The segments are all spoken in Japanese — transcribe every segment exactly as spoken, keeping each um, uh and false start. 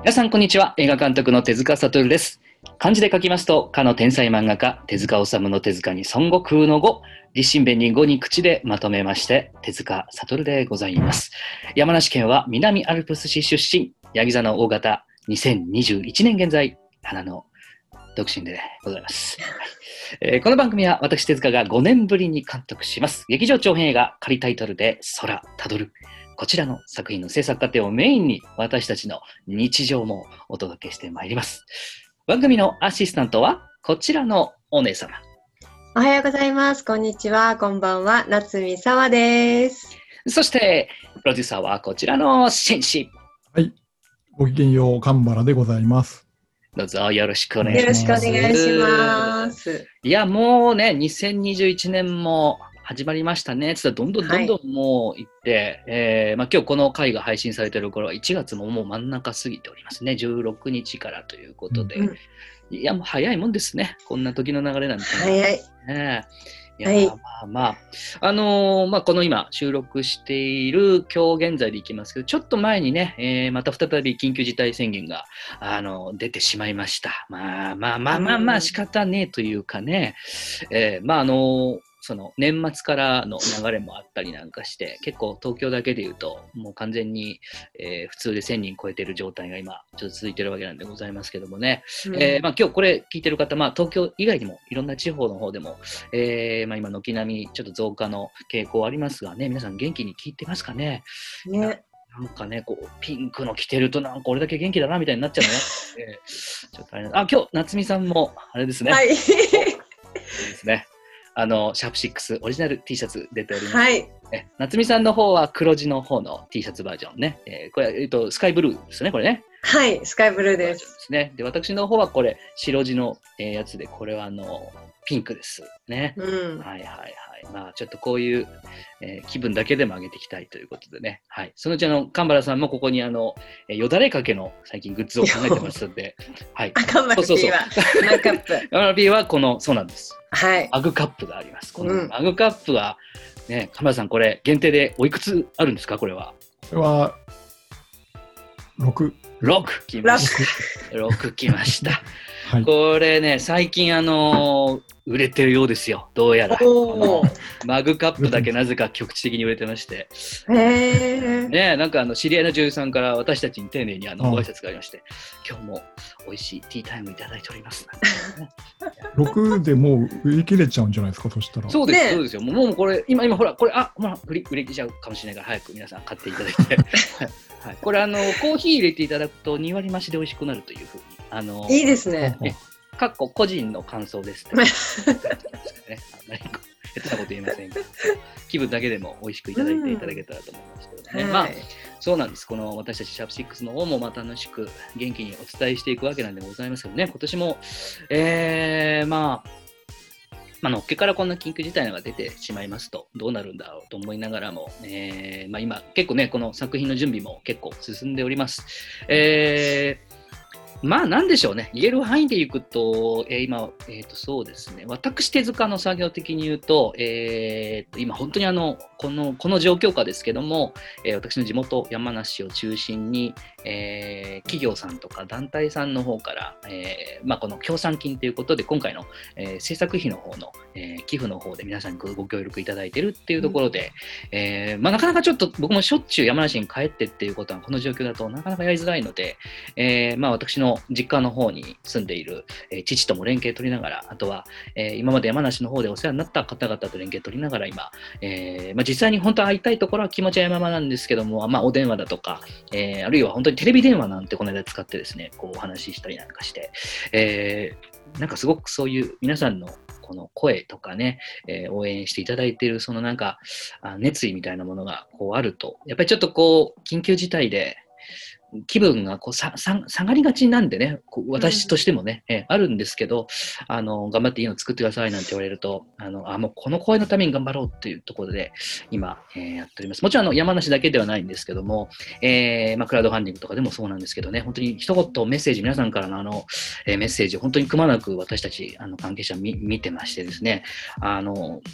皆さんこんにちは。映画監督の手塚悟です。漢字で書きますと、かの天才漫画家手塚治虫の手塚に孫悟空の悟、立身弁に語に口でまとめまして、手塚悟でございます。山梨県は南アルプス市出身、ヤギ座の大型、にせんにじゅういちねん現在花の独身でございます。えー、この番組は私手塚がごねんぶりに監督します劇場長編映画仮タイトルで空たどる、こちらの作品の制作過程をメインに私たちの日常もお届けしてまいります。番組のアシスタントはこちらのお姉様。 おはようございます。こんにちは。こんばんは。夏見沙和です。 そしてプロデューサーはこちらの紳士。 はい、ごきげんよう、神原でございます。 どうぞよろしくお願いします。 よろしくお願いします。 いやもうね、にせんにじゅういちねんも始まりましたね。つったらどんどんどんどんもう行って、はい、えーまあ、今日この回が配信されている頃はいちがつももう真ん中過ぎておりますね。じゅうろくにちからということで、うん、いやもう早いもんですね。こんな時の流れなんて、ね。 早い。 ねいや、はい、まあまあ、あのー、まあ、この今収録している今日現在でいきますけど、ちょっと前にね、えー、また再び緊急事態宣言が、あのー、出てしまいました。まあまあまあまあまあ仕方ねえというかね、えー、まああのー、その年末からの流れもあったりなんかして、結構東京だけでいうともう完全に、えー、普通でせんにん超えてる状態が今ちょっと続いてるわけなんでございますけどもね、うん、えーまあ、今日これ聞いてる方、まあ、東京以外にもいろんな地方の方でも、えーまあ、今軒並みちょっと増加の傾向ありますがね、皆さん元気に聞いてますかね。 ね、 なんかね、こうピンクの着てるとなんか俺だけ元気だなみたいになっちゃうのね。えー、ちょっとあれあ、今日夏美さんもあれですね。 はい。 そうですね。あのシャープシックスオリジナル T シャツ出ております。 はい。 え夏美さんの方は黒地の方の T シャツバージョンね。えー、これえっとスカイブルーですね、これね。 はい、スカイブルーです。 ですね。で、私の方はこれ白地の、えー、やつで、これはあのピンクですね。 うん、 はいはいはい。まあちょっとこういう、えー、気分だけでも上げていきたいということでね。はい。そのうちあの神原さんもここにあの、えー、よだれかけの最近グッズを考えてますので、はい。 あ、神原 P はマグカップ。 神原 P はこのそうなんです。 はい。 マグカップがあります。このマグカップはね、神原さんこれ限定でおいくつあるんですか、これは。 これはろく。 ろくきました。ろくきました。 はい、 これね、最近あのー、売れてるようですよ。どうやら。マグカップだけなぜか局地的に売れてまして。 へー。 ね、なんかあの知り合いの女優さんから私たちに丁寧にあのご挨拶がありまして、今日も美味しいティータイムいただいております。 ろくでもう売り切れちゃうんじゃないですか、そしたら。 そうです、ね、そうですよ。もう、もうこれ、今、今ほら、これ、あ、まあ、売り、売り切れちゃうかもしれないから、早く皆さん買っていただいて。はい、これあのコーヒー入れていただくとに割増しで美味しくなるというふうにあのいいですね。 かっこ個人の感想ですって、ね、何か下手なこと言いませんけど気分だけでも美味しくいただいていただけたらと思いますけどね、うん、まあそうなんです。この私たちシャープシックスの方もまた楽しく元気にお伝えしていくわけなんでございますけどね、今年も、えー、まあまあのっけからこんな緊急事態が出てしまいますとどうなるんだろうと思いながらも、えーまあ、今結構ねこの作品の準備も結構進んでおります。えーまあなんでしょうね、言える範囲でいくと、えー、今、えー、とそうですね、私手塚の作業的に言うと、えー、と今本当にあのこのこの状況下ですけども、えー、私の地元山梨を中心に、えー、企業さんとか団体さんの方から、えーまあ、この協賛金ということで今回の、えー、制作費の方の、えー、寄付の方で皆さんに ご, ご協力いただいているっていうところで、うんえーまあ、なかなかちょっと僕もしょっちゅう山梨に帰ってっていうことはこの状況だとなかなかやりづらいので、えーまあ、私の実家の方に住んでいる、えー、父とも連携取りながら、あとは、えー、今まで山梨の方でお世話になった方々と連携取りながら今、えーまあ、実際に本当は会いたいところは気持ちは山々なんですけども、まあ、お電話だとか、えー、あるいは本当にテレビ電話なんてこの間使ってですね、こうお話ししたりなんかして、えー、なんかすごくそういう皆さんのこの声とかね、えー、応援していただいているそのなんか熱意みたいなものがこうあると、やっぱりちょっとこう緊急事態で気分がこうささ下がりがちなんでね、こう私としてもね、うん、えあるんですけど、あの頑張っていいの作ってくださいなんて言われると、あのあもうこの声のために頑張ろうっていうところで今、えー、やっております。もちろんあの山梨だけではないんですけども、えーまあ、クラウドファンディングとかでもそうなんですけどね、本当に一言メッセージ、皆さんからのあの、えー、メッセージ本当にくまなく私たちあの関係者見見てましてですね、あの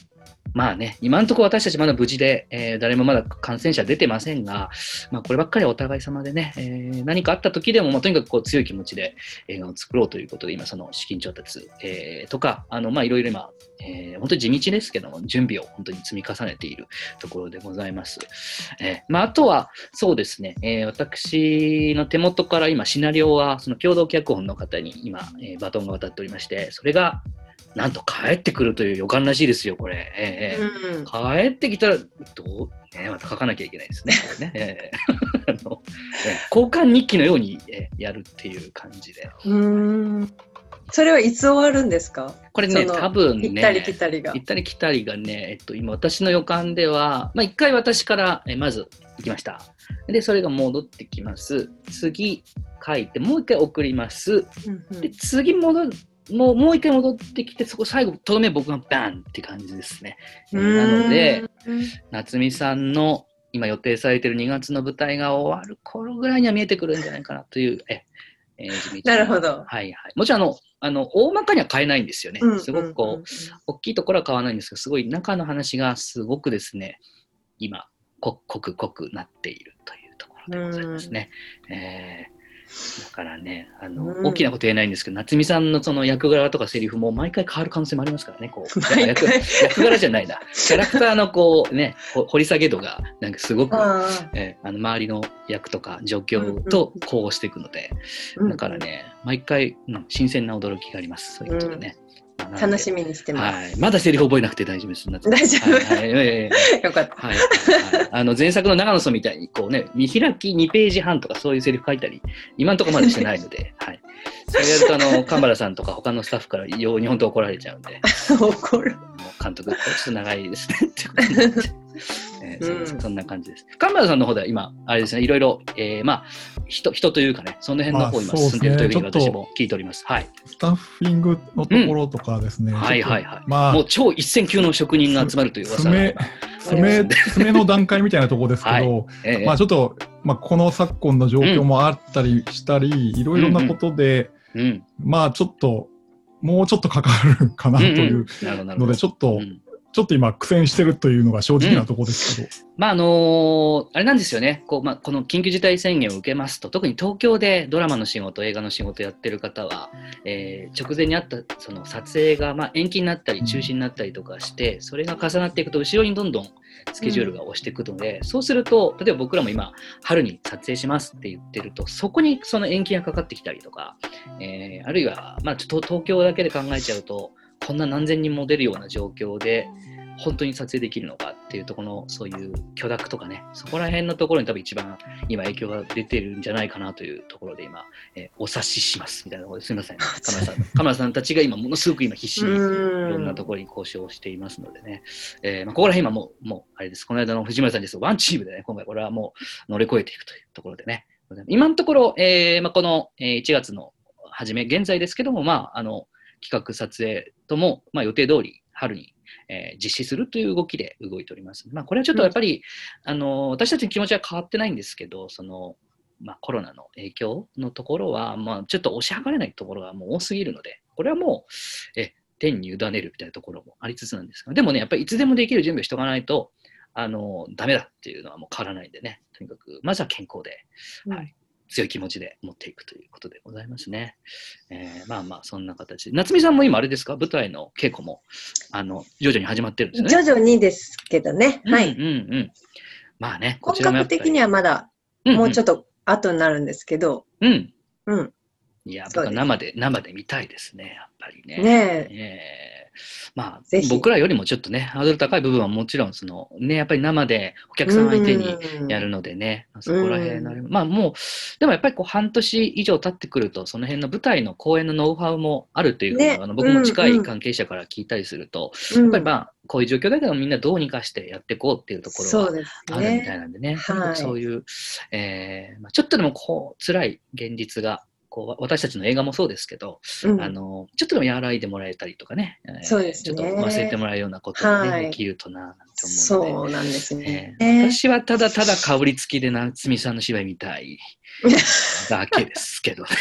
まあね、今のところ私たちまだ無事で、えー、誰もまだ感染者出てませんが、まあ、こればっかりはお互い様でね、えー、何かあった時でも、まあ、とにかくこう強い気持ちで映画を作ろうということで、今その資金調達、えー、とか、あのまあいろいろ今、えー、本当に地道ですけども、準備を本当に積み重ねているところでございます。えーまあ、あとは、そうですね、えー、私の手元から今、シナリオはその共同脚本の方に今、えー、バトンが渡っておりまして、それが、なんと帰ってくるという予感らしいですよ、これ。えーうん、帰ってきたら、どう、ね、また書かなきゃいけないですね。これねえー、あの交換日記のように、えー、やるっていう感じで。 うーん、それはいつ終わるんですか？ これね、多分ね、 行ったり来たりが。 行ったり来たりがね、えっと、今私の予感では、まあ、一回私から、えまず行きました。で、それが戻ってきます。次、書いて、もう一回送ります。うんうん、で、次戻る。もう、もう一回戻ってきて、そこ最後、とどめ僕がバンって感じですね。なので、夏美さんの今予定されているにがつの舞台が終わる頃ぐらいには見えてくるんじゃないかなという、え、えー、 なるほど。 はいはい。もちろん、あの、あの大まかには変えないんですよね。すごくこう、うんうんうん、大きいところは変わらないんですけど、すごい中の話がすごくですね、今、濃く濃くなっているというところでございますね。えーだからね、あの、うん、大きなこと言えないんですけど、夏美さんのその役柄とかセリフも毎回変わる可能性もありますからね、こう。役, 役柄じゃないな。キャラクターのこうね、掘り下げ度がなんかすごく、えー、あの周りの役とか状況とこうしていくので、うんうん、だからね、毎回、うん、新鮮な驚きがあります。そういうことでね。うん楽しみにしてます、 はい。まだセリフ覚えなくて大丈夫です。 大丈夫、はいはい、よかった、 はいはいはい、あの前作の長野さんみたいにこうね、見開きにページ半とかそういうセリフ書いたり今のところまでしてないので、はい、それやるとあの神原さんとか他のスタッフからよう日本と怒られちゃうんで怒る監督ちょっと長いですねってことになってえーうん、そ, そんな感じです。神原さんの方では今あれですね、いろいろ、えー、まあ 人, 人というかね、その辺の方今進んでいるというふうに私も聞いております。はい。 スタッフィングのところとかですね。うん、 はいはいはい。まあ、もう超一線級の職人が集まるという噂が。詰め詰めの段階みたいなところですけど、はいええ、まあちょっと、まあ、この昨今の状況もあったりしたり、うん、いろいろなことで、うんうん、まあちょっともうちょっとかかるかなというので、ちょっと。うんちょっと今苦戦してるというのが正直なところですけど、 うん、まああのー、あれなんですよね、こう、まあ、この緊急事態宣言を受けますと、特に東京でドラマの仕事、映画の仕事やってる方は、えー、直前にあったその撮影がまあ延期になったり中止になったりとかして、うん、それが重なっていくと後ろにどんどんスケジュールが押していくので、うん、そうすると例えば僕らも今春に撮影しますって言ってると、そこにその延期がかかってきたりとか、えー、あるいは、まあ、ちょっと東京だけで考えちゃうとこんな何千人も出るような状況で本当に撮影できるのかっていうところのそういう許諾とかね、そこら辺のところに多分一番今影響が出てるんじゃないかなというところで今、えー、お察ししますみたいなところですみません、カメラさんカメラさんたちが今ものすごく今必死にいろんなところに交渉をしていますのでね、えーまあ、ここら辺今もうもうあれです、この間の藤村さんですワンチームでね、今回これはもう乗り越えていくというところでね、今のところ、えーまあ、このいちがつの初め現在ですけども、まああの企画撮影とも、まあ、予定通り春に、えー、実施するという動きで動いております。まあ、これはちょっとやっぱり、うん、あの私たちの気持ちは変わってないんですけど、その、まあ、コロナの影響のところは、まあ、ちょっと押し量れないところがもう多すぎるので、これはもうえ天に委ねるみたいなところもありつつなんですが、でもね、やっぱりいつでもできる準備をしておかないとあのダメだっていうのはもう変わらないんでね、とにかくまずは健康で、はい、うん強い気持ちで持っていくということでございますね。えー、まあまあそんな形で、夏美さんも今あれですか、舞台の稽古もあの徐々に始まってるんですよね。 徐々にですけどね。はい。 うんうんうん。まあね、 こちらも本格的にはまだもうちょっと後になるんですけど。 うん。 うん。 いや、僕は生で生で見たいですね、やっぱりね。 ねえ。 えーまあ、僕らよりもちょっとね、ハードル高い部分はもちろん、そのね、やっぱり生でお客さん相手にやるのでね、そこら辺の、まあもう、でもやっぱりこう半年以上経ってくると、その辺の舞台の公演のノウハウもあるというふうに、ね、あの僕も近い関係者から聞いたりすると、うんうん、やっぱりまあ、こういう状況だけどみんなどうにかしてやっていこうっていうところはあるみたいなんでね、そう、ねはい、そういう、えーまあ、ちょっとでもこう辛い現実が、こう私たちの映画もそうですけど、うん、あのちょっとでも和らいでもらえたりとかね、 そうですね、 ちょっと忘れてもらえるようなことが、ねはい、できるとななんて思うので、 そうなんですね、 えー、私はただただかぶりつきで夏美さんの芝居見たいだけですけど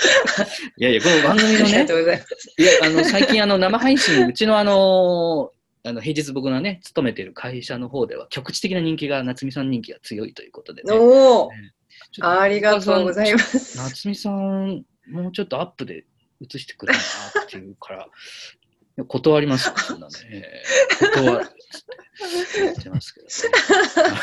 いやいやこの番組のねいやあの最近あの生配信うちのあのあの平日僕のね勤めている会社の方では局地的な人気が夏美さん人気が強いということでね。 おー、 ねありがとうございます。 夏美さんもうちょっとアップで映してくれなっていうから断りますよ、そんなね。断るって言ってますけどね。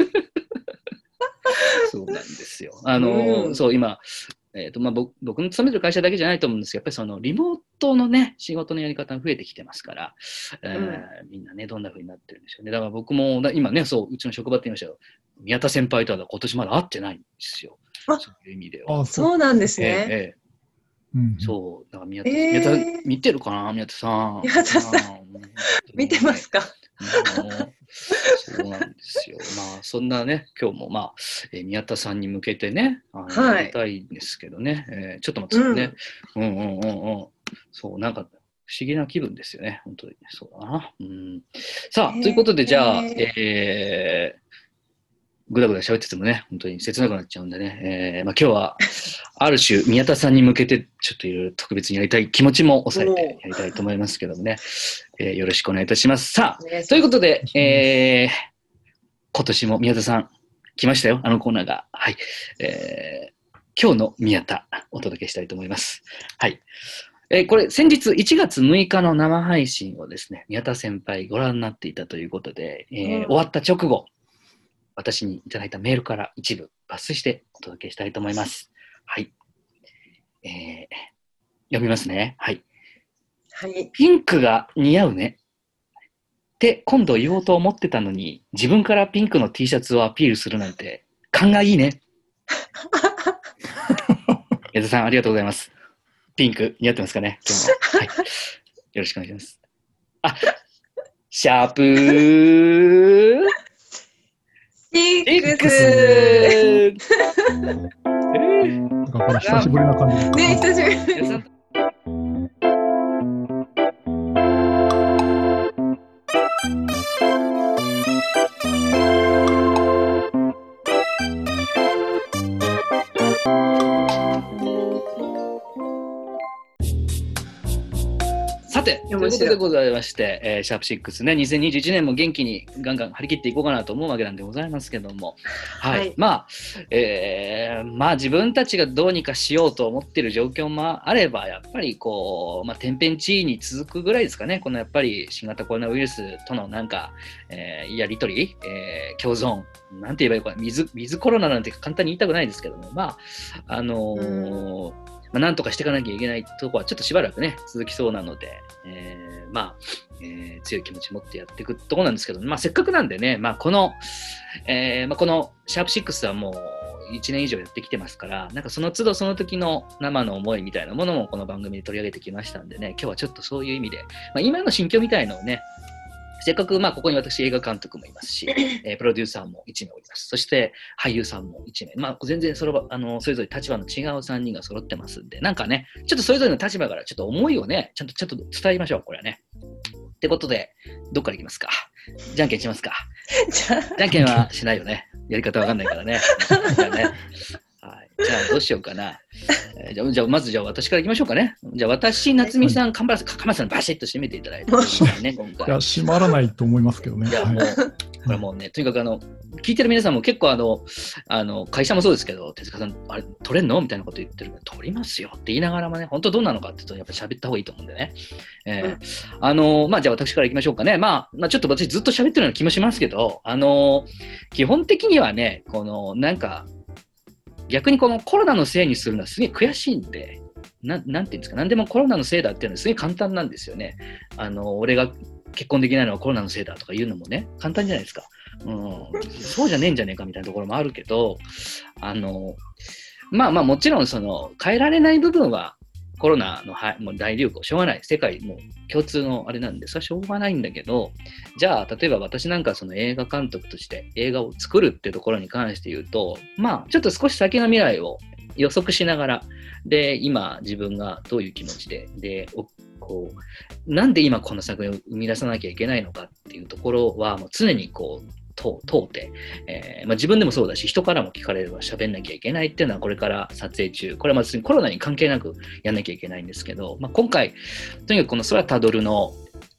そうなんですよ。あの、うん、そう今、えーとまあ、僕, 僕の勤めてる会社だけじゃないと思うんですけど、やっぱりそのリモートのね仕事のやり方が増えてきてますから、えーうん、みんなねどんな風になってるんでしょうね。だから僕も今ね、そううちの職場って言いましたよ。宮田先輩とは今年まだ会ってないんですよ。そういう意味では。 あ、そうなんですね。 えーえーうん、そうだから宮田、 えー、 宮田見てるかな宮田さん。 宮田さん見てますか。 そうなんですよ。まあそんなね今日もまあ、えー、宮田さんに向けてねあの、はい、やりたいんですけどね、えー、ちょっと待ってね、うん、うんうんうんうんそうなんか不思議な気分ですよね本当にそうだな。うん、さあ、えー、ということでじゃあ、えーぐだぐだ喋っててもね、本当に切なくなっちゃうんでね、えーまあ、今日はある種宮田さんに向けてちょっといろいろ特別にやりたい気持ちも抑えてやりたいと思いますけどもね、えー、よろしくお願いいたします。さあ、ということで、えー、今年も宮田さん来ましたよ、あのコーナーが。はい。えー、今日の宮田お届けしたいと思います。はい。えー、これ先日いちがつむいかの生配信をですね、宮田先輩ご覧になっていたということで、えーうん、終わった直後、私にいただいたメールから一部抜粋してお届けしたいと思います。はい。えー、読みますね。はい。 はい。 ピンクが似合うね。って今度言おうと思ってたのに、自分からピンクの T シャツをアピールするなんて勘がいいね。矢田さんありがとうございます。ピンク似合ってますかね今日も。はい。よろしくお願いします。あ、シャープー。 シックス。 えー、なんかこれ久しぶりな感じですね。久しぶり。 さて、ということでございまして、えー、シャープシックスね、にせんにじゅういちねんも元気にガンガン張り切っていこうかなと思うわけなんでございますけども、はい。はい、まあ、えー、まあ自分たちがどうにかしようと思っている状況もあれば、やっぱりこう、まあ天変地異に続くぐらいですかね、このやっぱり新型コロナウイルスとのなんか、えー、やりとり、えー、共存、なんて言えばいいか、水、水コロナなんて簡単に言いたくないですけども、まあ、あのー、まあ、なんとかしていかなきゃいけないところはちょっとしばらくね続きそうなので、えー、まあ、えー、強い気持ち持ってやっていくところなんですけど、まあ、せっかくなんでね、まあ、この、えーまあ、このシャープシックスはもういちねん以上やってきてますから、なんかその都度その時の生の思いみたいなものもこの番組で取り上げてきましたんでね、今日はちょっとそういう意味で、まあ、今の心境みたいのをね、せっかくまあここに私映画監督もいますし、えー、プロデューサーもいちめいおります。そして俳優さんもいちめい。まあ全然それはあのそれぞれ立場の違うさんにんが揃ってますんで、なんかね、ちょっとそれぞれの立場からちょっと思いをね、ちゃんとちょっと伝えましょう、これはね。ってことで、どっからいきますか。じゃんけんしますか。じゃんけんはしないよね。やり方わかんないからね。じゃあね。はい、じゃあどうしようかな。えー、じゃあ、じゃあまずじゃあ私からいきましょうかね。じゃあ私、夏美さん、かまさん、さんバシッと締めていただいて、ね、今回。 いや、締まらないと思いますけどね。 いや、もう、これもうね、とにかくあの、聞いてる皆さんも結構あの、あの会社もそうですけど、手塚さん、あれ、取れんのみたいなこと言ってるけど、取りますよって言いながらもね、本当どうなのかって言うと、やっぱり喋った方がいいと思うんでね。えーうん、あの、まあ、じゃあ私からいきましょうかね。まあ、まあ、ちょっと私ずっと喋ってるような気もしますけど、あの、基本的にはね、この、なんか、逆にこのコロナのせいにするのはすげえ悔しいんで、な, なんていうんですか、何でもコロナのせいだっていうのはすげえ簡単なんですよね。あの、俺が結婚できないのはコロナのせいだとか言うのもね、簡単じゃないですか。うん、そうじゃねえんじゃねえかみたいなところもあるけど、あの、まあまあもちろんその変えられない部分はコロナのもう大流行、しょうがない。世界も共通のあれなんで、それはしょうがないんだけど、じゃあ、例えば私なんかその映画監督として映画を作るってところに関して言うと、まあ、ちょっと少し先の未来を予測しながら、で、今自分がどういう気持ちで、で、こう、なんで今この作品を生み出さなきゃいけないのかっていうところは、もう常にこう、通って、えーまあ、自分でもそうだし人からも聞かれれば喋んなきゃいけないっていうのはこれから撮影中、これは別にコロナに関係なくやんなきゃいけないんですけど、まあ、今回とにかくこの空たどるの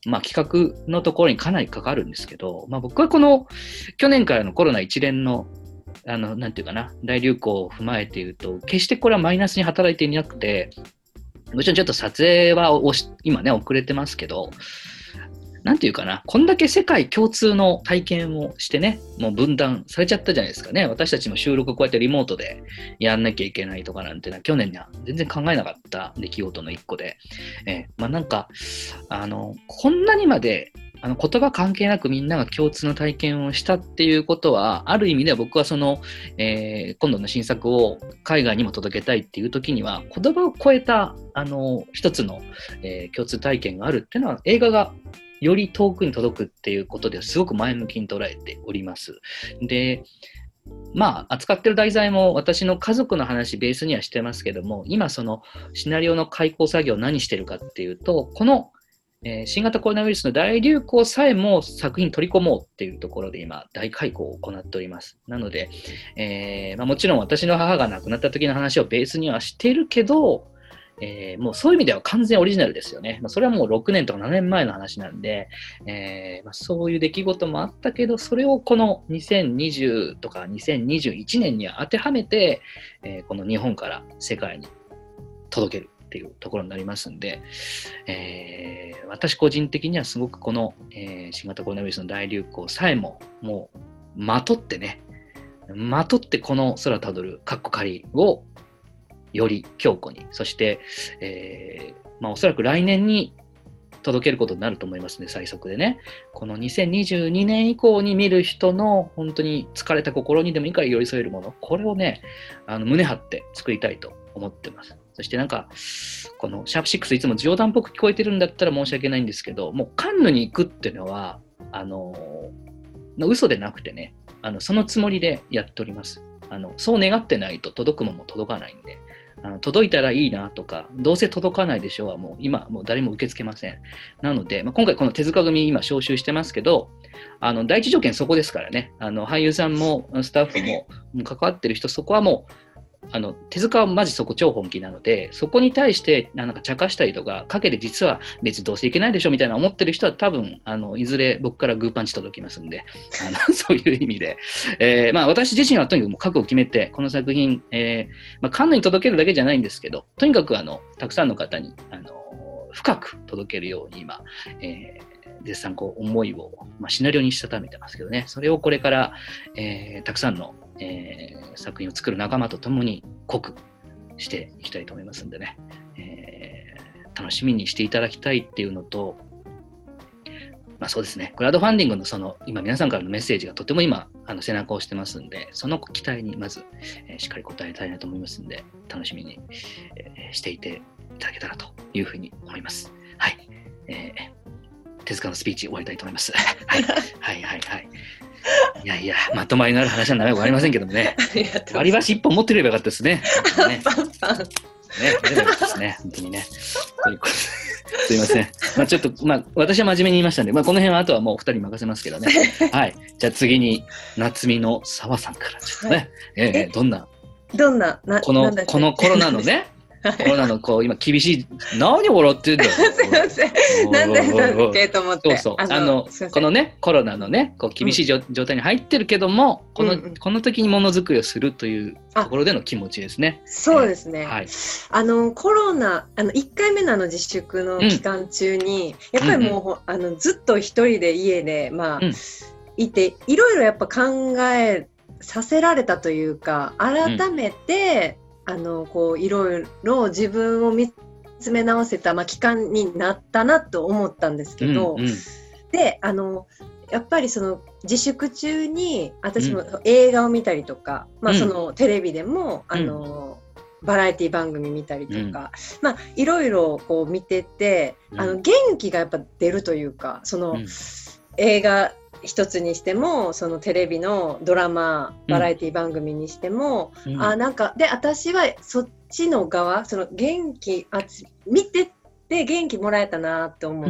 まあ、企画のところにかなりかかるんですけど、まあ、僕はこの去年からのコロナ一連のあのなんていうかな大流行を踏まえて言うと、決してこれはマイナスに働いていなくて、もちろんちょっと撮影は今ね遅れてますけど、なんていうかな、こんだけ世界共通の体験をしてね、もう分断されちゃったじゃないですかね。私たちも収録をこうやってリモートでやんなきゃいけないとかなんていうのは去年には全然考えなかった出来事の一個で、えー、まあなんかあのこんなにまであの言葉関係なくみんなが共通の体験をしたっていうことは、ある意味では僕はその、えー、今度の新作を海外にも届けたいっていう時には、言葉を超えたあの一つの、えー、共通体験があるっていうのは、映画がより遠くに届くっていうことではすごく前向きに捉えております。で、まあ扱ってる題材も私の家族の話ベースにはしてますけども、今そのシナリオの開講作業を何してるかっていうと、このえー、新型コロナウイルスの大流行さえも作品に取り込もうっていうところで今大開講を行っております。なので、えーまあ、もちろん私の母が亡くなった時の話をベースにはしてるけど、えー、もうそういう意味では完全オリジナルですよね。まあ、それはもうろくねんとかななねんまえの話なんで、えーまあ、そういう出来事もあったけど、それをこのにせんにじゅうとかにせんにじゅういちねんには当てはめて、えー、この日本から世界に届けるっていうところになりますんで、えー、私個人的にはすごくこの、えー、新型コロナウイルスの大流行さえももうまとってね、まとってこの空たどるカッコ仮をより強固に、そして、えーまあ、おそらく来年に届けることになると思いますね、最速でね。このにせんにじゅうにねん以降に見る人の本当に疲れた心にでもいいから寄り添えるもの、これをね、あの胸張って作りたいと思ってます。そしてなんか、このシャープシックスいつも冗談っぽく聞こえてるんだったら申し訳ないんですけど、もうカンヌに行くっていうのは、あの、嘘でなくてね、あのそのつもりでやっております。あのそう願ってないと届くものも届かないんで、あの届いたらいいなとか、どうせ届かないでしょうはもう今もう誰も受け付けません。なので、まあ、今回この手塚組今招集してますけど、あの第一条件そこですからね、あの俳優さんもスタッフも関わってる人、そこはもうあの手塚はマジそこ超本気なので、そこに対してなんか茶化したりとか、陰で実は別にどうせいけないでしょみたいな思ってる人は多分あのいずれ僕からグーパンチ届きますんで、あのそういう意味で、えーまあ、私自身はとにかくもう覚悟を決めてこの作品、えーまあ、カンヌに届けるだけじゃないんですけど、とにかくあのたくさんの方にあの深く届けるように今、えー絶賛こう思いを、まあ、シナリオにしたためてますけどね、それをこれから、えー、たくさんの、えー、作品を作る仲間と共に濃くしていきたいと思いますんでね、えー、楽しみにしていただきたいっていうのと、まあ、そうですね、クラウドファンディングのその今皆さんからのメッセージがとても今あの背中を押してますんで、その期待にまず、えー、しっかり応えたいなと思いますんで、楽しみに、えー、していていただけたらというふうに思います。はい、えー手塚のスピーチ終わりたいと思います。はい、はい、はい、はい。いやいや、まとまりのある話は長くありませんけどもね。割り箸一本持ってればよかったですね。ね、 パンパン。 ね、取ればよかったですね。本当にね。すいません。まあちょっと、まあ私は真面目に言いましたんで、まあこの辺はあとはもうお二人に任せますけどね。はい。じゃあ次に、夏美の澤さんからちょっとね、はい、えー、どんな、 どんな、なこの、このコロナのね、コロナのこう今厳しい、何笑ってんだよ。 すいません。なんでだっけと思って。 そうそう。あの、あのこのね、コロナのね、こう厳しい、うん、状態に入ってるけども、この、うんうん、この時にものづくりをするというところでの気持ちですね。 そうですね。 えー、はい。 あの、コロナ、あの、いっかいめのあの自粛の期間中に、うん、やっぱりもう、うんうん、あの、ずっと一人で家で、まあ、うん、いて、いろいろやっぱ考えさせられたというか、改めて、うんあのこういろいろ自分を見つめ直せた、まあ、期間になったなと思ったんですけど、うんうん、であのやっぱりその自粛中に私も映画を見たりとか、うんまあ、そのテレビでも、うん、あのバラエティ番組見たりとか、うんまあ、いろいろこう見てて、うん、あの元気がやっぱ出るというかその、うん、映画一つにしてもそのテレビのドラマバラエティ番組にしても、うん、あなんかで私はそっちの側その元気あ見てて元気もらえたなと思って、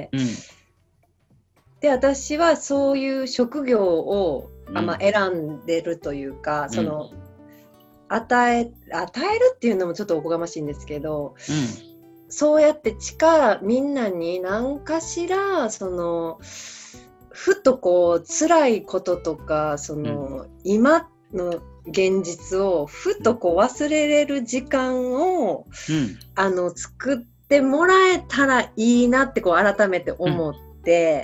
うんうん、で私はそういう職業を、うんあまあ、選んでるというかその、うん、与え与えるっていうのもちょっとおこがましいんですけど、うんそうやって近みんなに何かしらそのふとこう辛いこととかその、うん、今の現実をふとこう忘れれる時間を、うん、あの作ってもらえたらいいなってこう改めて思って、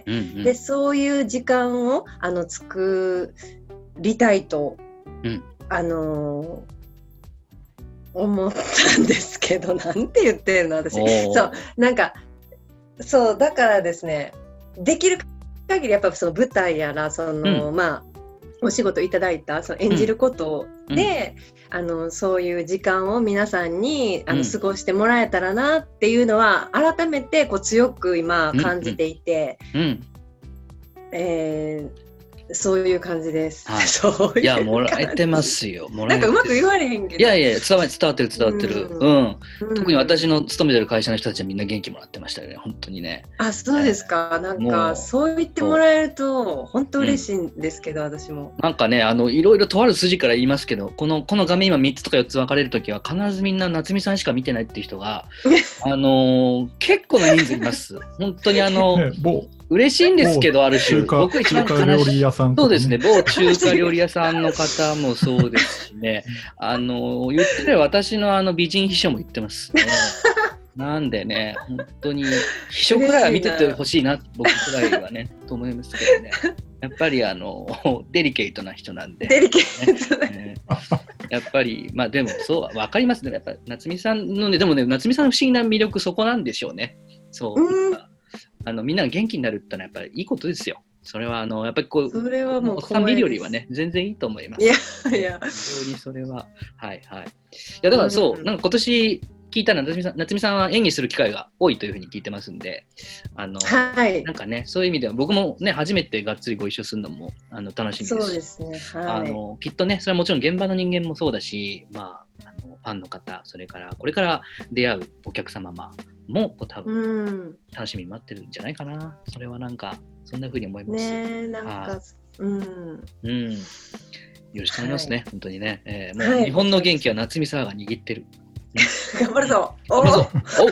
うんうんうん、でそういう時間をあの作りたいと、うん、あの思ったんですけど、なんて言ってるの私。そうなんかそうだからですね、できる限りやっぱその舞台やらその、うん、まあお仕事いただいたその演じることで、うん、あのそういう時間を皆さんにあの、うん、過ごしてもらえたらなっていうのは改めてこう強く今感じていて、うんうん、えーそういう感じです。 はい、 そういういや、もらえてますよ。もらえてなんかうまく言われへんけど。 いやいや、伝わ伝わってる伝わってる。うん。うん、特に私の勤めてる会社の人たちはみんな元気もらってましたよね。本当にね。 あ、そうですか。えー、なんかそう言ってもらえると本当嬉しいんですけど、うん、私も。 なんかね、あのいろいろとある筋から言いますけど、このこの画面今みっつとかよっつ分かれるときは必ずみんな夏美さんしか見てないっていう人があのー、結構な人数います。本当にあの。ね、嬉しいんですけど、ある種僕一番中華料理屋さんとか、 ね、そうですね、某中華料理屋さんの方もそうですしねあの言ってれば私のあの美人秘書も言ってます、ね、なんでね本当に秘書くらいは見ててほしいな僕くらいはねと思いますけどね、やっぱりあのデリケートな人なんで、 デリケート、ねね、やっぱりまあでもそう分かりますね、やっぱ夏美さんのね、でもね夏美さんの不思議な魅力そこなんでしょうね。そう、うん、あのみんなが元気になるってのはやっぱりいいことですよ。それはあのやっぱりこう、 それはもうおっさん見るよりはね全然いいと思います。 いやいや、 非常にそれははいはい。いやだからそう、うん、なんか今年聞いたら夏美さん、夏美さんは演技する機会が多いというふうに聞いてますんで、あの、はい、なんかねそういう意味では僕もね初めてがっつりご一緒するのもあの楽しみです。 そうですね。はい、 あのきっとねそれはもちろん現場の人間もそうだし、まああのファンの方、それからこれから出会うお客様まあも多分楽しみに待ってるんじゃないかな。それはなんかそんな風に思います。 ね、なんか、うん、 うん、よろしくお願いしますね、はい、本当にね、えー、もう日本の元気は夏美さんが握ってる。 頑張るぞ。 頑張るぞ。おお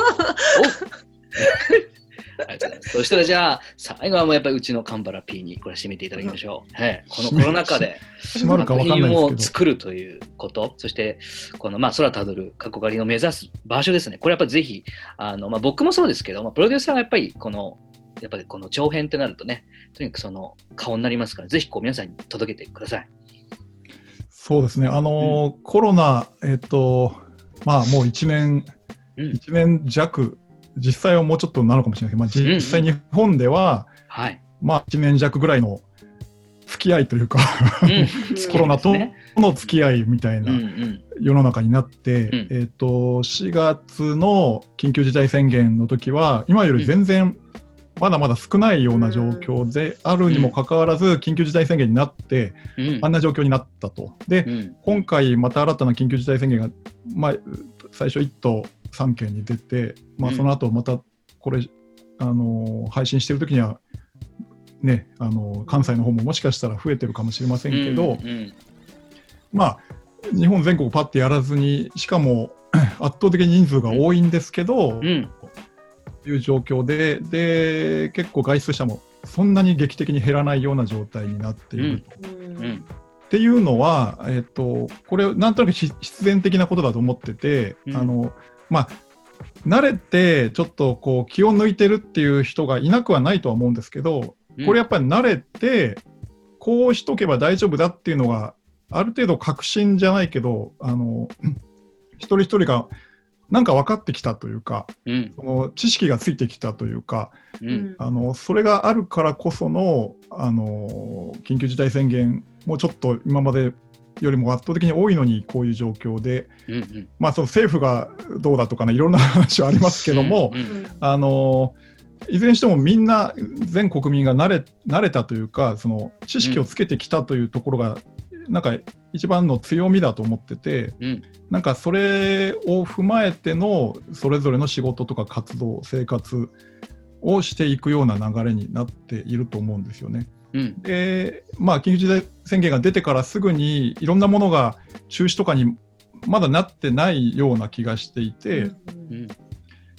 ありがとうございます。そしたらじゃあ最後はもうやっぱりうちの神原 P にこれ締めていただきましょう。うん、はい、このコロナ禍で作品を作るということ、そしてこのまあ空たどる過去狩りの目指す場所ですね。これやっぱりぜひあのまあ僕もそうですけど、まあ、プロデューサーはやっぱりこのやっぱりこの長編ってなるとね、とにかくその顔になりますから、ぜひこう皆さんに届けてください。 そうですね。あの、うん、コロナえっとまあもういちねん、うん、いちねん弱。実際はもうちょっとなのかもしれないけど、まあ、実際日本では、うんうん、はい、まあいちねん弱ぐらいの付き合いというか、うん、コロナとの付き合いみたいな世の中になって、うんうん、えーと、しがつの緊急事態宣言の時は今より全然まだまだ少ないような状況であるにもかかわらず緊急事態宣言になって、うん、あんな状況になったと。で、うん、今回また新たな緊急事態宣言が、まあ、最初いっ都さんけんに出て、まあ、その後またこれ、うん、あの配信してる時には、ね、あの関西の方ももしかしたら増えてるかもしれませんけど、うんうん、まあ日本全国パッてやらずに、しかも圧倒的に人数が多いんですけど、うん、という状況で、で結構外出者もそんなに劇的に減らないような状態になっていると。うんうん、っていうのは、えーと、これなんとなく必然的なことだと思ってて、うん、あのまあ、慣れてちょっとこう気を抜いてるっていう人がいなくはないとは思うんですけど、これやっぱり慣れてこうしとけば大丈夫だっていうのがある程度確信じゃないけど、あの一人一人がなんか分かってきたというか、うん、その知識がついてきたというか、うん、あのそれがあるからこその、あの緊急事態宣言もちょっと今までよりも圧倒的に多いのにこういう状況で、うんうん、まあ、その政府がどうだとかね、いろんな話はありますけども、うんうん、あのいずれにしてもみんな全国民が慣れ、慣れたというか、その知識をつけてきたというところが、うん、なんか一番の強みだと思ってて、うん、なんかそれを踏まえてのそれぞれの仕事とか活動、生活をしていくような流れになっていると思うんですよね。うん、でまあ、緊急事態宣言が出てからすぐにいろんなものが中止とかにまだなってないような気がしていて、うん、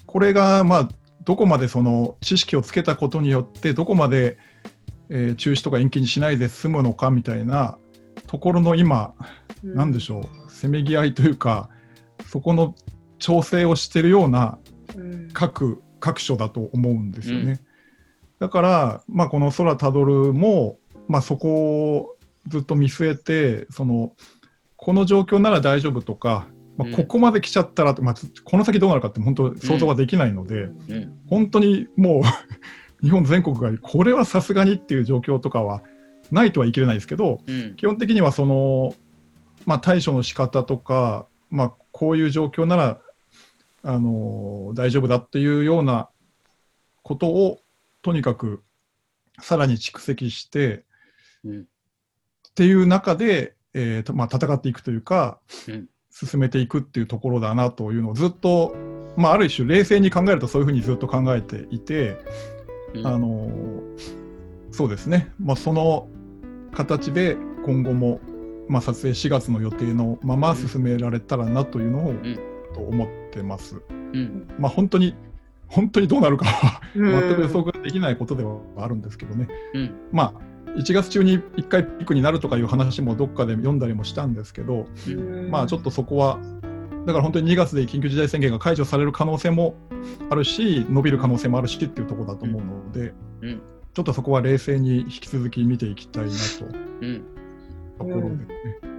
これが、まあ、どこまでその知識をつけたことによってどこまで、えー、中止とか延期にしないで済むのかみたいなところの今、うん、なんでしょう、せめぎ合いというか、そこの調整をしているような各、各所だと思うんですよね。うん、だから、まあ、この空たどるも、まあ、そこをずっと見据えて、そのこの状況なら大丈夫とか、まあ、ここまで来ちゃったら、まあ、この先どうなるかって本当想像はできないので、うんうん、本当にもう日本全国がこれはさすがにっていう状況とかはないとは言い切れないですけど、うん、基本的にはその、まあ、対処の仕方とか、まあ、こういう状況ならあの大丈夫だっていうようなことをとにかくさらに蓄積して、うん、っていう中で、えーまあ、戦っていくというか、うん、進めていくっていうところだなというのをずっと、まあ、ある種冷静に考えるとそういうふうにずっと考えていて、うん、あのそうですね、まあ、その形で今後も、まあ、撮影しがつの予定のまま進められたらなというのを、うん、と思ってます。うん、まあ本当に本当にどうなるかは全く予測できないことではあるんですけどね、うん、まあいちがつ中にいっかいピークになるとかいう話もどっかで読んだりもしたんですけど、うん、まあちょっとそこはだから本当ににがつで緊急事態宣言が解除される可能性もあるし、伸びる可能性もあるしっていうところだと思うので、うん、ちょっとそこは冷静に引き続き見ていきたいなというところでね、うん、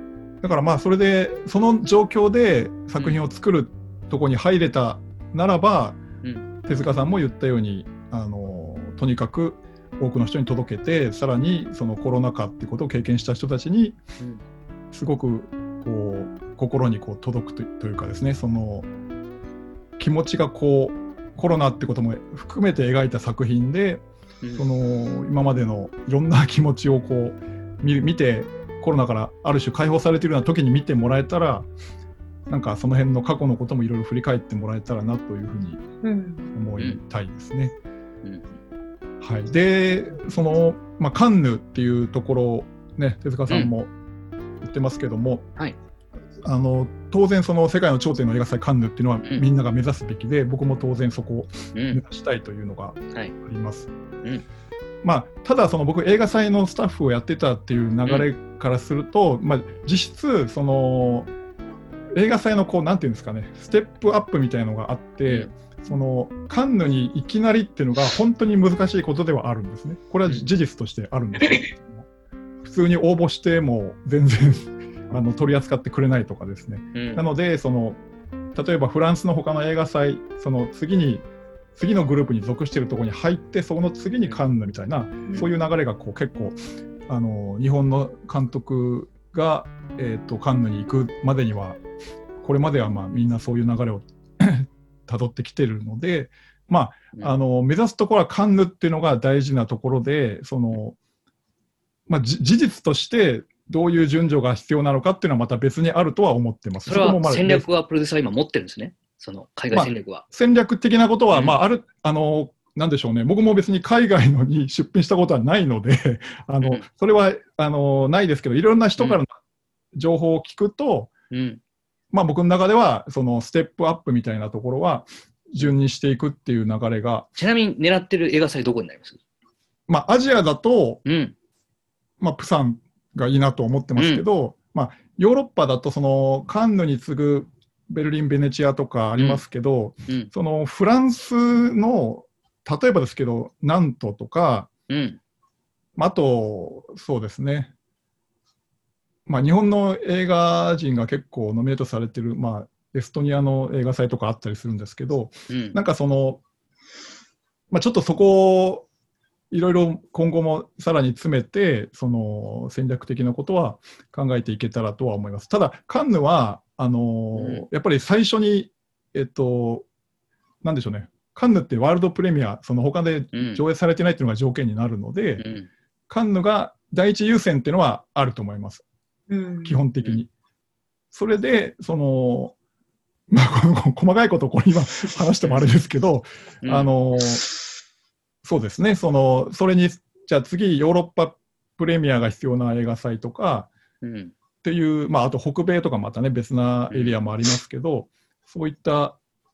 だからまあそれでその状況で作品を作るところに入れたならば、うん、手塚さんも言ったようにあのとにかく多くの人に届けて、さらにそのコロナ禍っていうことを経験した人たちにすごくこう心にこう届くというかですね、その気持ちがこうコロナってことも含めて描いた作品で、うん、その今までのいろんな気持ちをこう 見, 見てコロナからある種解放されているような時に見てもらえたら、なんかその辺の過去のこともいろいろ振り返ってもらえたらなというふうに思いたいですね。うんうんはい、でその、まあ、カンヌっていうところを、ね、手塚さんも言ってますけども、うんはい、あの当然その世界の頂点の映画祭カンヌっていうのはみんなが目指すべきで、うん、僕も当然そこを目指したいというのがあります。うんはいうんまあ、ただその僕映画祭のスタッフをやってたっていう流れからすると、うんまあ、実質その映画祭のこうなんていうんですかね、ステップアップみたいなのがあって、うんそのカンヌにいきなりっていうのが本当に難しいことではあるんですね。これは事実としてあるんですけど、うん、普通に応募しても全然あの取り扱ってくれないとかですね、うん、なのでその例えばフランスの他の映画祭、その次に次のグループに属しているところに入ってその次にカンヌみたいな、うん、そういう流れがこう結構あの日本の監督が、えーと、カンヌに行くまでにはこれまではまあみんなそういう流れを辿ってきてるので、まあ、あの目指すところはカンヌっていうのが大事なところで、その、まあ、事実としてどういう順序が必要なのかっていうのはまた別にあるとは思ってます。 それは戦略はプロデューサーは今持ってるんですね、その海外戦略は。 まあ、戦略的なことは、うんまあ、あるあのなんでしょうね、僕も別に海外のに出品したことはないのであの、うん、それはあのないですけど、いろんな人からの情報を聞くと、うんまあ、僕の中ではそのステップアップみたいなところは順にしていくっていう流れが。 ちなみに狙ってる映画祭どこになります？ まあアジアだと、うんまあ、プサンがいいなと思ってますけど、うんまあ、ヨーロッパだとそのカンヌに次ぐベルリン、ベネチアとかありますけど、うんうん、そのフランスの例えばですけどナントとか、うんまあ、あとそうですね、まあ、日本の映画人が結構ノミネートされてる、まあ、エストニアの映画祭とかあったりするんですけど、うん、なんかその、まあ、ちょっとそこをいろいろ今後もさらに詰めてその戦略的なことは考えていけたらとは思います。ただカンヌはあの、うん、やっぱり最初にえっとなんでしょうね、カンヌってワールドプレミア、その他で上映されてないっていうのが条件になるので、うん、カンヌが第一優先っていうのはあると思います。うん、基本的に、うん、それでその、まあ、この細かいことをこれ今話してもあれですけど、うん、あのそうですね、そのそれにじゃあ次ヨーロッパプレミアが必要な映画祭とか、うん、っていう、まあ、あと北米とかまたね別なエリアもありますけど、うん、そういった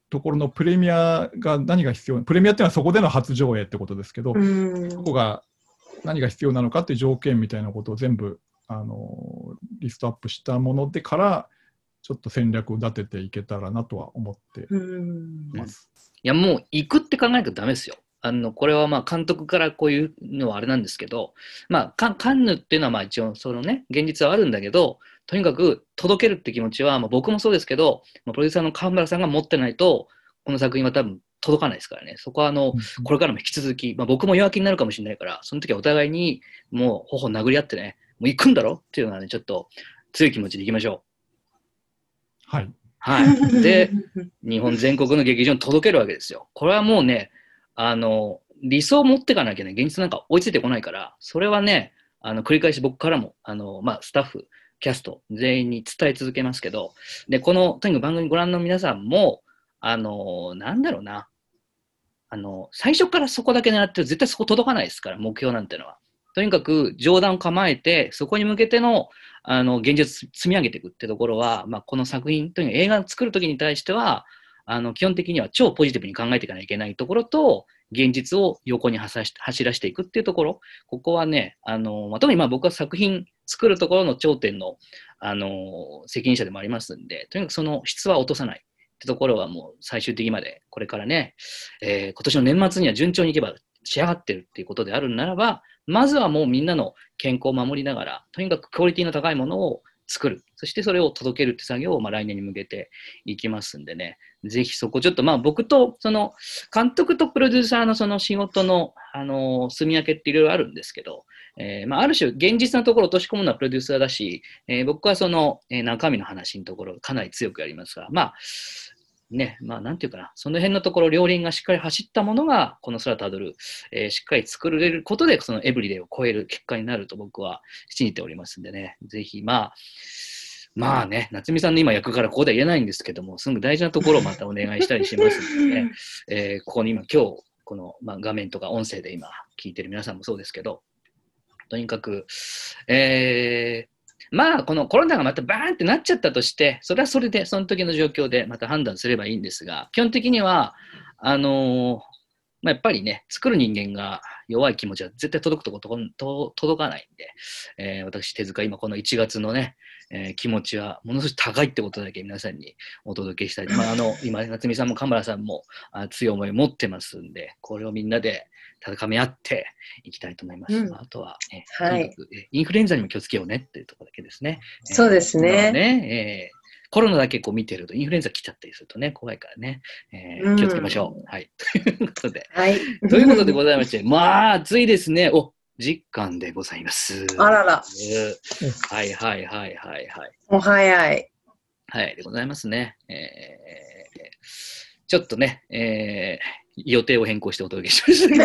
ところのプレミアが何が必要、プレミアっていうのはそこでの初上映ってことですけど、そこが何が必要なのかっていう条件みたいなことを全部あのリストアップしたものでからちょっと戦略を立てていけたらなとは思ってます。 いやもう行くって考えるとダメですよ。あのこれはまあ監督からこういうのはあれなんですけど、まあ、カンヌっていうのはまあ一応そのね現実はあるんだけど、とにかく届けるって気持ちは、まあ、僕もそうですけど、まあ、プロデューサーの川村さんが持ってないとこの作品は多分届かないですからね。そこはあの、うん、これからも引き続き、まあ、僕も弱気になるかもしれないから、その時はお互いにもう頬を殴り合ってね、もう行くんだろっていうのはね、ちょっと強い気持ちでいきましょう。はい。 はい。で、日本全国の劇場に届けるわけですよ。これはもうね、あの、理想を持っていかなきゃね、現実なんか追いついてこないから、それはね、あの、繰り返し僕からも、あの、まあ、スタッフ、キャスト、全員に伝え続けますけど、で、この、とにかく番組ご覧の皆さんも、あの、なんだろうな、あの、最初からそこだけ狙ってる、絶対そこ届かないですから、目標なんてのは。とにかく上段を構えて、そこに向けての、あの、現実積み上げていくってところは、まあ、この作品、とにかく映画を作るときに対しては、あの、基本的には超ポジティブに考えていかないといけないところと、現実を横に走らしていくっていうところ、ここはね、あの、まあ、特にまあ僕は作品作るところの頂点の、あの、責任者でもありますんで、とにかくその質は落とさないってところはもう最終的まで、これからね、えー、今年の年末には順調にいけば仕上がってるっていうことであるならば、まずはもうみんなの健康を守りながら、とにかくクオリティの高いものを作る。そしてそれを届けるって作業をまあ来年に向けていきますんでね。ぜひそこちょっとまあ僕とその監督とプロデューサーのその仕事のあの住み分けっていろいろあるんですけど、えー、まあある種現実のところを落とし込むのはプロデューサーだし、えー、僕はその、えー、中身の話のところかなり強くやりますが、まあね、まあなんていうかな、その辺のところ両輪がしっかり走ったものがこの空たどる、えー、しっかり作れることでそのエブリデイを超える結果になると僕は信じておりますんでね、ぜひまあまあね、夏美さんの今役からここでは言えないんですけども、すごく大事なところをまたお願いしたりしますので、ねえー、ここに今今日この、まあ、画面とか音声で今聞いてる皆さんもそうですけど、とにかく、えーまあ、このコロナがまたバーンってなっちゃったとして、それはそれで、その時の状況でまた判断すればいいんですが、基本的には、あのーまあ、やっぱりね、作る人間が弱い気持ちは絶対届くところと届かないんで、えー、私、手塚、今このいちがつのね、えー、気持ちはものすごく高いってことだけ皆さんにお届けしたい。まあ、あの、今、夏美さんも鎌田さんもあ強い思いを持ってますんで、これをみんなで高め合っていきたいと思います。うん、あとは、ね、はい、とにかくインフルエンザにも気をつけようねっていうところだけですね。 そうですね。 えーねえーコロナだけこう見てるとインフルエンザ来ちゃったりするとね、怖いからね、えー、気をつけましょう。うん、はい。ということで、 はい。 ということでございまして、まあ、暑いですね。お、実感でございます。 あらら。 はいはいはいはいはい。 お早い。 はいでございますね。えー、ちょっとね、えー、予定を変更してお届けしました。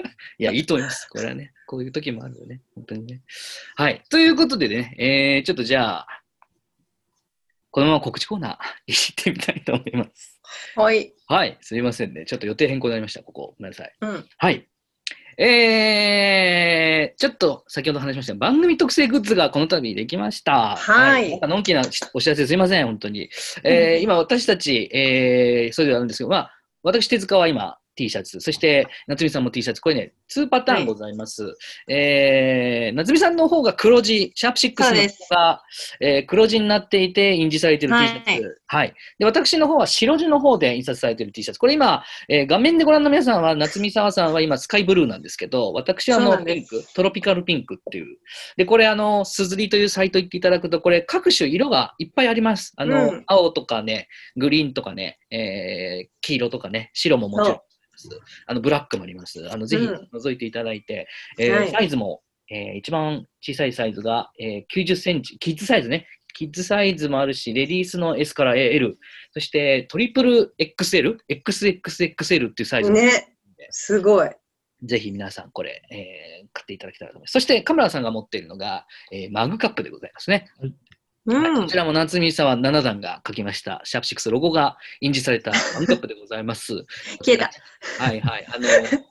いや、いいと思います。これはね、こういう時もあるよね。本当にね。はい。ということでね、えー、ちょっとじゃあ、このまま告知コーナー行ってみたいと思います。 はい。 はい。すみませんね。ちょっと予定変更になりました。ここ。ごめんなさい。 うん。 はい。えー、ちょっと先ほど話しました番組特製グッズがこの度できました。 はい。はい、 なんかのんきなお知らせすいません。本当に。えー、今私たち、えー、それではあるんですけど、まあ、私手塚は今、T シャツ、そして夏美さんも T シャツ、これね、にパターンございます。はい、えー、夏美さんの方が黒字、シャープシックスの方が、えー、黒字になっていて印字されている T シャツ、はいはい、で私の方は白地の方で印刷されている T シャツ、これ今、えー、画面でご覧の皆さんは夏美沢さんは今スカイブルーなんですけど、私はもうピンク、トロピカルピンクっていう。で、これあの、すずりというサイト行っていただくと、これ各種色がいっぱいあります。あの、うん、青とかね、グリーンとかね、えー、黄色とかね、白ももちろん。あのブラックもあります。あのぜひ覗いていただいて、うんえーはい、サイズも、えー、一番小さいサイズが、えー、きゅうじゅっセンチ、キッズサイズね。キッズサイズもあるし、レディースの S から エル、そしてトリプル エックスエル、エックスエックスエックスエル っていうサイズもあるので、 ね、すごい。 ぜひ皆さんこれ、えー、買っていただきたいと思います。そしてカメラさんが持っているのが、えー、マグカップでございますね。はいうん、こちらも夏美さんはななだんが書きました、シャープシックスロゴが印字されたマグカップでございます。 消えた。 はいはい。あの、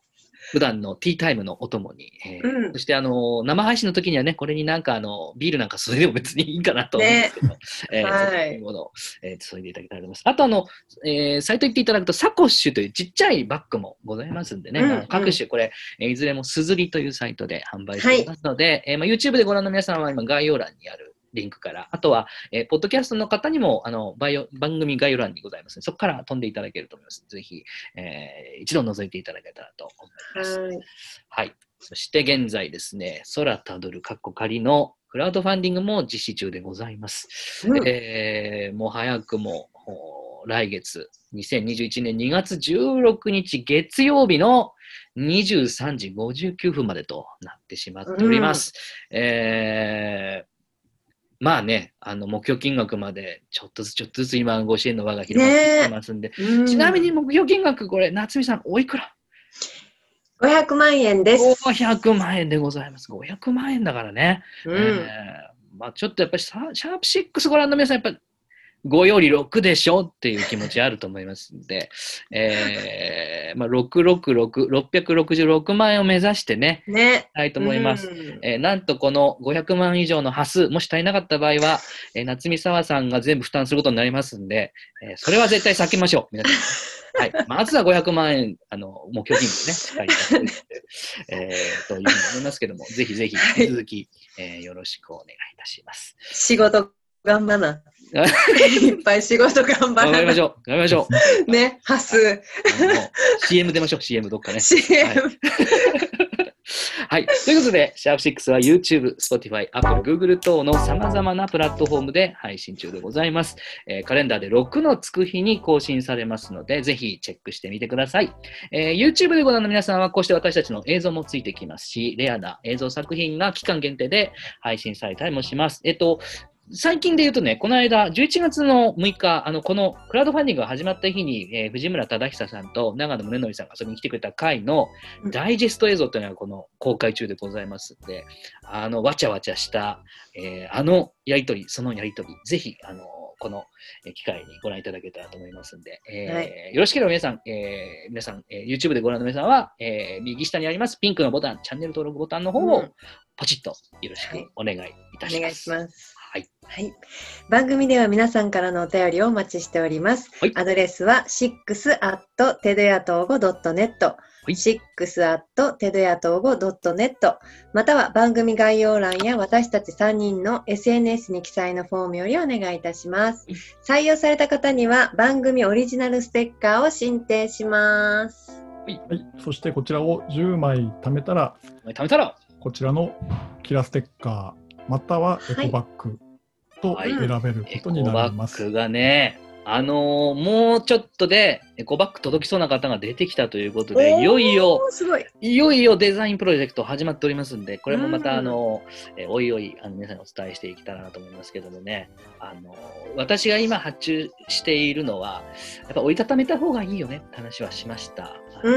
普段のティータイムのお供に、えーうん、 そしてあの生配信の時にはね、これになんかあのビールなんかそれでも別にいいかなと思うんですけど、ねえー、はい、そういうものを、えー、注いでいただけたらと思います。あとあの、えー、サイト行っていただくとサコッシュというちっちゃいバッグもございますんでね、うんうん、各種これ、えー、いずれもすずりというサイトで販売していますので、はい、えーまあ、YouTube でご覧の皆さんは今概要欄にあるリンクから、あとは、えー、ポッドキャストの方にもあのバイオ番組概要欄にございますので、そこから飛んでいただけると思います。ぜひ、えー、一度覗いていただけたらと思います。はい。はい、そして現在ですね、空たどるカッコ仮のクラウドファンディングも実施中でございます。うん、えー、もう早くも来月、にせんにじゅういちねんにがつじゅうろくにち月曜日のにじゅうさんじごじゅうきゅうふんまでとなってしまっております。うん、えーまあね、あの目標金額までちょっとずつちょっとずつ今ご支援の輪が広まってきてますんで、ね、ちなみに目標金額これ、夏美さんおいくら？ ごひゃくまんえんです。 ごひゃくまんえんでございます。ごひゃくまんえんだからね。うん、えー、まあちょっとやっぱりシャープシックスご覧の皆さんやっぱりごよりろくでしょっていう気持ちあると思いますので、えーまあ、ろくひゃくろくじゅうろく、ろっぴゃくろくじゅうろくまんえんを目指してね、ねしたいと思います。うんえー、なんとこのごひゃくまん以上の端数、もし足りなかった場合は、えー、夏見沢さんが全部負担することになりますんで、えー、それは絶対避けましょう。皆さん。はい。まずはごひゃくまんえん、あの、目標金額ね、しっかり出して、えー、というふうに思いますけども、ぜひぜひ、引き続き、はいえー、よろしくお願いいたします。 仕事頑張らな。いっぱい仕事頑張らな。 頑張りましょう。頑張りましょう。ね、端数。 シーエム 出ましょう、シーエム どっかね。 シーエム。 はいはい。ということで、シャープシックスは YouTube、Spotify、Apple、Google 等の様々なプラットフォームで配信中でございます。えー、カレンダーでろくのつく日に更新されますので、ぜひチェックしてみてください。えー、YouTube でご覧の皆さんは、こうして私たちの映像もついてきますし、レアな映像作品が期間限定で配信されたりもします。えっと、最近で言うとね、この間、じゅういちがつのむいか、あの、このクラウドファンディングが始まった日に、えー、藤村忠久さんと長野宗則さんが遊びに来てくれた回のダイジェスト映像というのがこの公開中でございますので、あの、わちゃわちゃした、えー、あのやりとり、そのやりとり、ぜひ、あの、この機会にご覧いただけたらと思いますので、えーはい、よろしければ皆さん、えー、皆さん、えー、YouTube でご覧の皆さんは、えー、右下にありますピンクのボタン、チャンネル登録ボタンの方をポチッとよろしくお願いいたします。はい、 お願いします。 はい、 はい。番組では皆さんからのお便りをお待ちしております。はい、アドレスは シックス アット テドヤトーゴ ドットネット、シックス アット テドヤトーゴ ドットネット、または番組概要欄や私たちさんにんの エスエヌエス に記載のフォームよりお願いいたします。採用された方には番組オリジナルステッカーを進呈します。 はい。そしてこちらをじゅうまい貯めたら、 貯めたらこちらのキラステッカー、またはエコバッグと選べることになります。 はい、エコバッグがね、あのー、もうちょっとでエコバッグ届きそうな方が出てきたということで、いよいよ、いよいよデザインプロジェクト始まっておりますんで、これもまた、あのー、えおいおい、あの皆さんにお伝えしていけたらなと思いますけどもね、あのー、私が今発注しているのは、やっぱ折りたためた方がいいよねって話はしました。 うん。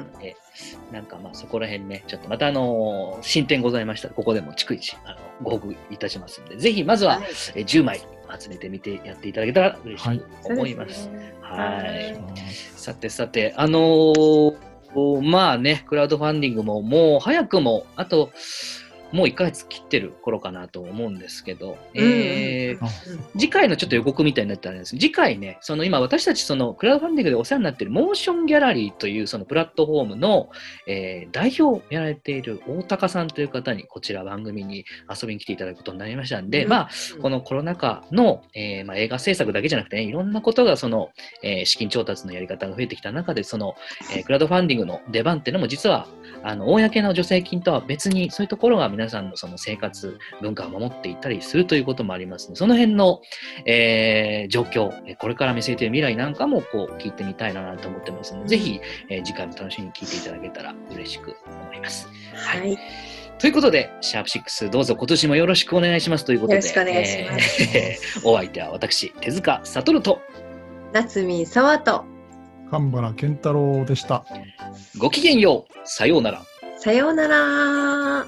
えなんかまあそこら辺ね、ちょっとまたあのー、進展ございましたら、ここでも逐一あのご報告いたしますので、ぜひまずは、はい、えじゅうまい集めてみてやっていただけたら嬉しいと思います。はい。はい、さてさて、あのー、まあね、クラウドファンディングももう早くも、あと、もういっかげつ切ってる頃かなと思うんですけど、うんえー、次回のちょっと予告みたいになったらですね、次回ね、その今私たちそのクラウドファンディングでお世話になっているモーションギャラリーというそのプラットフォームの、えー、代表をやられている大高さんという方にこちら番組に遊びに来ていただくことになりましたんで、うん、まあこのコロナ禍の、えーまあ、映画制作だけじゃなくてね、いろんなことがその、えー、資金調達のやり方が増えてきた中で、その、えー、クラウドファンディングの出番っていうのも実はあの公の助成金とは別にそういうところが皆さんのその生活文化を守っていったりするということもありますので、その辺の、えー、状況、これから見据えている未来なんかもこう聞いてみたいなと思ってますので、ぜひ、えー、次回も楽しみに聞いていただけたら嬉しく思います。はい。はい、ということで、シャープシックスどうぞ今年もよろしくお願いしますということで、 よろしくお願いします。 えー、お相手は私、手塚悟と夏見沢と神原健太郎でした。 ごきげんよう。さようなら。 さようなら。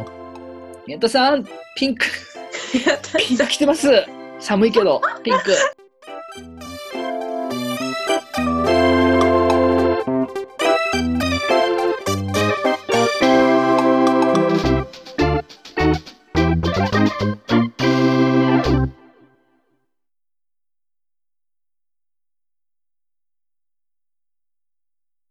宮田さん、ピンク。ピンク着てます。寒いけど、ピンク。